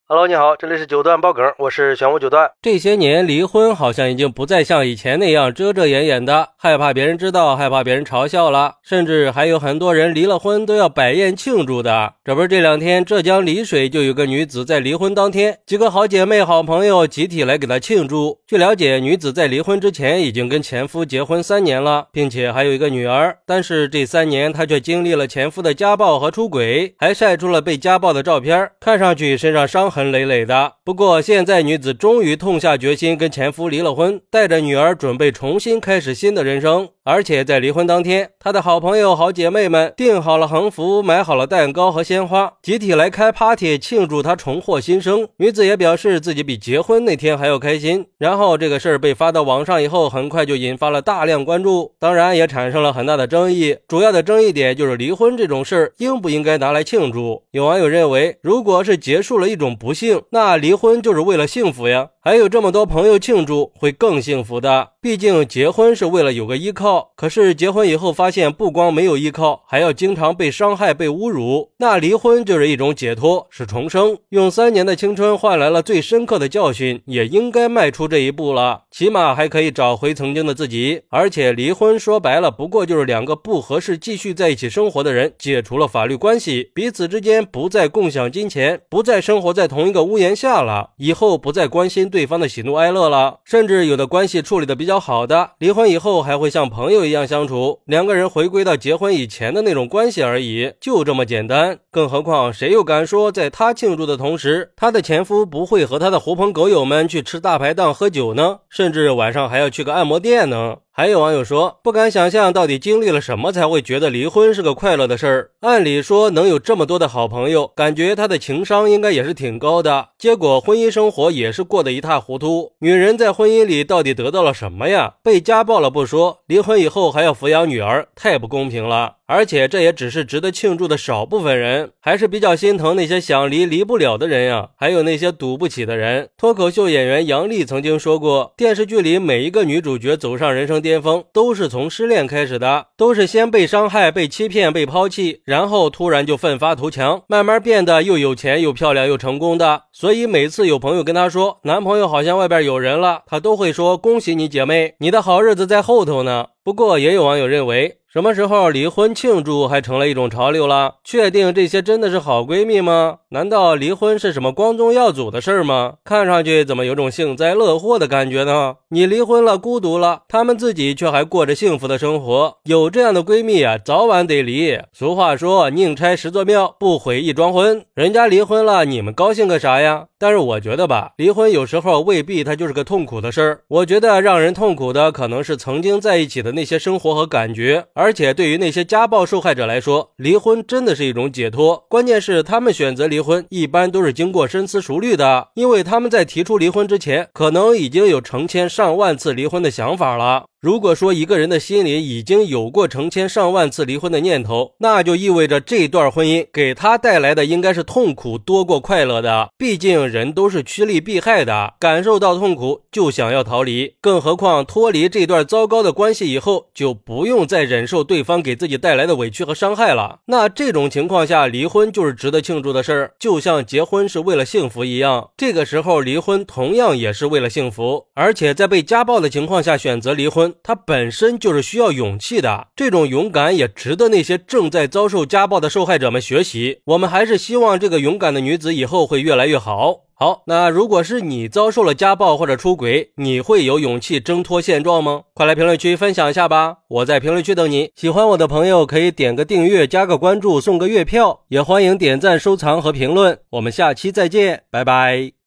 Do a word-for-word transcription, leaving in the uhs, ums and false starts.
Hello， 你好，这里是九段爆梗，我是玄武九段。这些年离婚好像已经不再像以前那样遮遮掩掩的，害怕别人知道，害怕别人嘲笑了，甚至还有很多人离了婚都要摆宴庆祝的。这不是这两天浙江丽水就有个女子在离婚当天，几个好姐妹好朋友集体来给她庆祝。据了解，女子在离婚之前已经跟前夫结婚三年了，并且还有一个女儿，但是这三年她却经历了前夫的家暴和出轨，还晒出了被家暴的照片，看上去身上伤痕累累的。不过现在女子终于痛下决心跟前夫离了婚，带着女儿准备重新开始新的人生。而且在离婚当天，她的好朋友好姐妹们订好了横幅，买好了蛋糕和鲜花，集体来开 party 庆祝她重获新生。女子也表示自己比结婚那天还要开心。然后这个事儿被发到网上以后，很快就引发了大量关注，当然也产生了很大的争议。主要的争议点就是离婚这种事儿应不应该拿来庆祝。有网友认为，如果是结束了一种不幸，那离婚就是为了幸福呀，还有这么多朋友庆祝会更幸福的。毕竟结婚是为了有个依靠，可是结婚以后发现不光没有依靠，还要经常被伤害被侮辱，那离婚就是一种解脱，是重生。用三年的青春换来了最深刻的教训，也应该迈出这一步了，起码还可以找回曾经的自己。而且离婚说白了不过就是两个不合适继续在一起生活的人解除了法律关系，彼此之间不再共享金钱，不再生活在同一个屋檐下了，以后不再关心对方的喜怒哀乐了，甚至有的关系处理的比较好的，离婚以后还会像朋友一样相处，两个人回归到结婚以前的那种关系而已，就这么简单。更何况谁又敢说在她庆祝的同时，她的前夫不会和他的狐朋狗友们去吃大排档喝酒呢，甚至晚上还要去个按摩店呢。还有网友说，不敢想象到底经历了什么才会觉得离婚是个快乐的事儿。按理说能有这么多的好朋友，感觉他的情商应该也是挺高的，结果婚姻生活也是过得一塌糊涂。女人在婚姻里到底得到了什么呀？被家暴了不说，离婚以后还要抚养女儿，太不公平了。而且这也只是值得庆祝的少部分人，还是比较心疼那些想离离不了的人呀，还有那些赌不起的人。脱口秀演员杨笠曾经说过，电视剧里每一个女主角走上人生巅峰都是从失恋开始的，都是先被伤害、被欺骗、被抛弃，然后突然就奋发图强，慢慢变得又有钱又漂亮又成功的。所以每次有朋友跟她说男朋友好像外边有人了，她都会说恭喜你姐妹，你的好日子在后头呢。不过也有网友认为，什么时候离婚庆祝还成了一种潮流了？确定这些真的是好闺蜜吗？难道离婚是什么光宗耀祖的事吗？看上去怎么有种幸灾乐祸的感觉呢？你离婚了，孤独了，她们自己却还过着幸福的生活。有这样的闺蜜啊，早晚得离。俗话说，宁拆十座庙，不毁一桩婚。人家离婚了，你们高兴个啥呀？但是我觉得吧，离婚有时候未必它就是个痛苦的事儿。我觉得让人痛苦的可能是曾经在一起的那些生活和感觉，而且对于那些家暴受害者来说，离婚真的是一种解脱。关键是他们选择离婚一般都是经过深思熟虑的，因为他们在提出离婚之前可能已经有成千上万次离婚的想法了。如果说一个人的心里已经有过成千上万次离婚的念头，那就意味着这段婚姻给他带来的应该是痛苦多过快乐的。毕竟人都是趋利避害的，感受到痛苦就想要逃离，更何况脱离这段糟糕的关系以后，就不用再忍受对方给自己带来的委屈和伤害了。那这种情况下，离婚就是值得庆祝的事儿，就像结婚是为了幸福一样，这个时候离婚同样也是为了幸福。而且在被家暴的情况下选择离婚，它本身就是需要勇气的，这种勇敢也值得那些正在遭受家暴的受害者们学习。我们还是希望这个勇敢的女子以后会越来越好。好，那如果是你遭受了家暴或者出轨，你会有勇气挣脱现状吗？快来评论区分享一下吧，我在评论区等你。喜欢我的朋友可以点个订阅，加个关注，送个月票，也欢迎点赞收藏和评论。我们下期再见，拜拜。